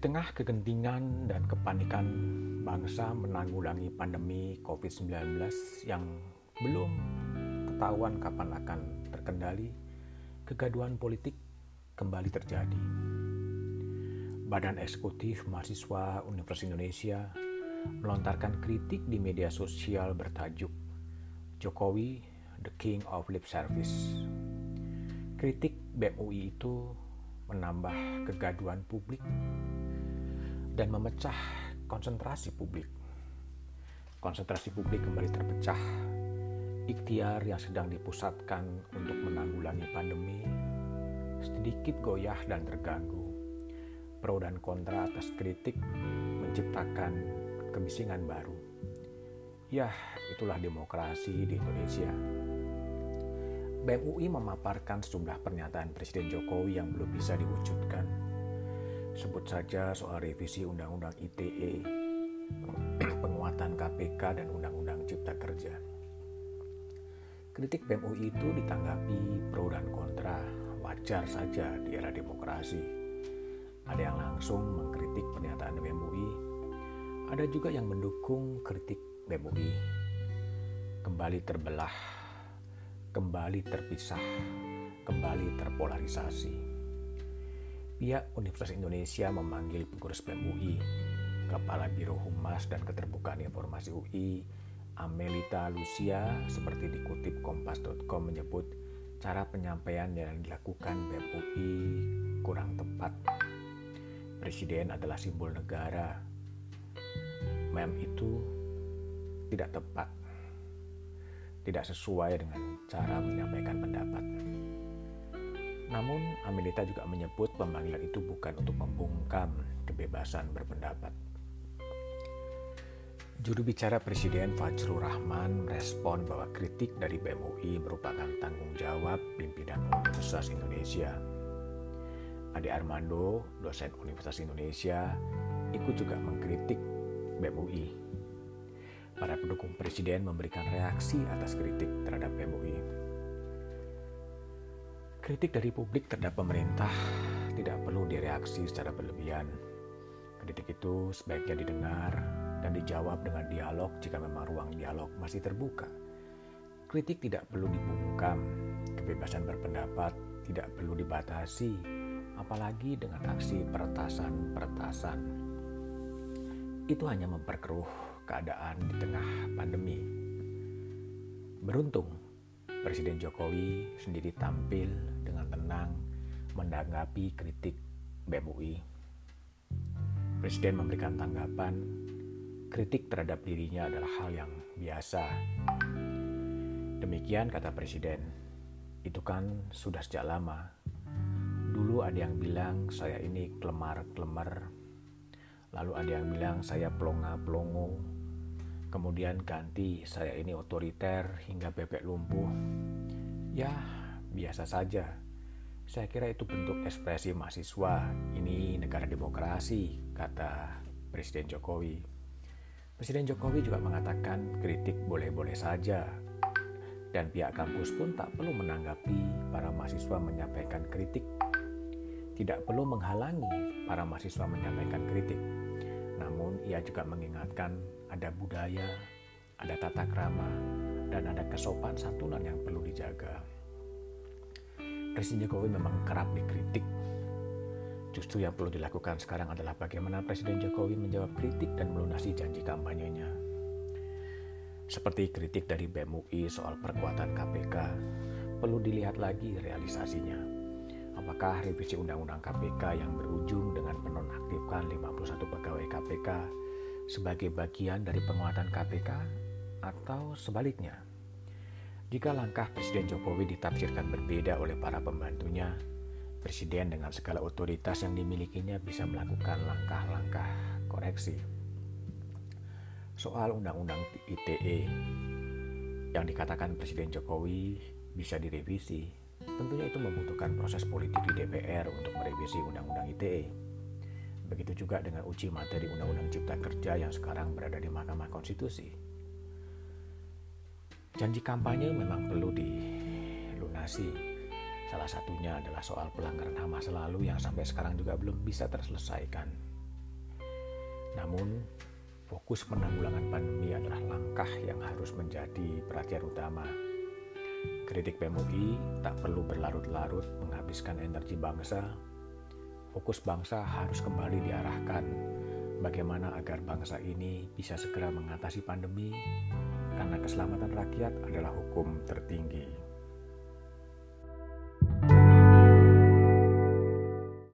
tengah kegentingan dan kepanikan bangsa menanggulangi pandemi COVID-19 yang belum ketahuan kapan akan terkendali, kegaduhan politik kembali terjadi. Badan Eksekutif Mahasiswa Universitas Indonesia melontarkan kritik di media sosial bertajuk Jokowi, the King of Lip Service. Kritik BEM UI itu menambah kegaduhan publik dan memecah konsentrasi publik. Konsentrasi publik kembali terpecah. Ikhtiar yang sedang dipusatkan untuk menanggulangi pandemi sedikit goyah dan terganggu. Pro dan kontra atas kritik menciptakan kebisingan baru. Yah, itulah demokrasi di Indonesia. BEM UI memaparkan sejumlah pernyataan Presiden Jokowi yang belum bisa diwujudkan. Sebut saja soal revisi Undang-Undang ITE, penguatan KPK dan Undang-Undang Cipta Kerja. Kritik BEM UI itu ditanggapi pro dan kontra, wajar saja di era demokrasi. Ada yang langsung mengkritik pernyataan BEM UI, ada juga yang mendukung kritik BEM UI. Kembali terbelah, kembali terpisah, kembali terpolarisasi. Pihak Universitas Indonesia memanggil pengurus BEM UI, Kepala Biro Humas dan Keterbukaan Informasi UI, Amelita Lucia, seperti dikutip kompas.com menyebut cara penyampaian yang dilakukan BEM UI kurang tepat. Presiden adalah simbol negara. Mem itu tidak tepat, tidak sesuai dengan cara menyampaikan pendapat. Namun, Amelita juga menyebut pemanggilan itu bukan untuk membungkam kebebasan berpendapat. Juru bicara Presiden Fajrul Rahman merespon bahwa kritik dari BEM UI merupakan tanggung jawab pimpinan Universitas Indonesia. Ade Armando, dosen Universitas Indonesia, ikut juga mengkritik BEM UI. Para pendukung Presiden memberikan reaksi atas kritik terhadap BEM UI. Kritik dari publik terhadap pemerintah tidak perlu direaksi secara berlebihan. Kritik itu sebaiknya didengar dan dijawab dengan dialog jika memang ruang dialog masih terbuka. Kritik tidak perlu dibungkam, kebebasan berpendapat tidak perlu dibatasi, apalagi dengan aksi peretasan. Itu hanya memperkeruh keadaan di tengah pandemi. Beruntung, Presiden Jokowi sendiri tampil dengan tenang menanggapi kritik BEM UI. Presiden memberikan tanggapan, kritik terhadap dirinya adalah hal yang biasa. Demikian kata Presiden, itu kan sudah sejak lama. Dulu ada yang bilang saya ini kelemar-kelemar, lalu ada yang bilang saya pelongo-pelongo, kemudian ganti saya ini otoriter hingga bebek lumpuh. Ya, biasa saja. Saya kira itu bentuk ekspresi mahasiswa, ini negara demokrasi, kata Presiden Jokowi. Presiden Jokowi juga mengatakan kritik boleh-boleh saja, dan pihak kampus pun tak perlu menanggapi para mahasiswa menyampaikan kritik. Tidak perlu menghalangi para mahasiswa menyampaikan kritik. Namun ia juga mengingatkan ada budaya, ada tata krama, dan ada kesopan santunan yang perlu dijaga. Presiden Jokowi memang kerap dikritik. Justru yang perlu dilakukan sekarang adalah bagaimana Presiden Jokowi menjawab kritik dan melunasi janji kampanyenya. Seperti kritik dari BEM UI soal perkuatan KPK, perlu dilihat lagi realisasinya. Apakah revisi Undang-Undang KPK yang berujung dengan penonaktifkan 51 pegawai KPK sebagai bagian dari penguatan KPK atau sebaliknya? Jika langkah Presiden Jokowi ditafsirkan berbeda oleh para pembantunya, Presiden dengan segala otoritas yang dimilikinya bisa melakukan langkah-langkah koreksi. Soal Undang-Undang ITE yang dikatakan Presiden Jokowi bisa direvisi, tentunya itu membutuhkan proses politik di DPR untuk merevisi Undang-Undang ITE. Begitu juga dengan uji materi Undang-Undang Cipta Kerja yang sekarang berada di Mahkamah Konstitusi. Janji kampanye memang perlu dilunasi. Salah satunya adalah soal pelanggaran HAM masa lalu yang sampai sekarang juga belum bisa terselesaikan. Namun, fokus penanggulangan pandemi adalah langkah yang harus menjadi perhatian utama. Kritik PMUI tak perlu berlarut-larut menghabiskan energi bangsa. Fokus bangsa harus kembali diarahkan bagaimana agar bangsa ini bisa segera mengatasi pandemi, karena keselamatan rakyat adalah hukum tertinggi.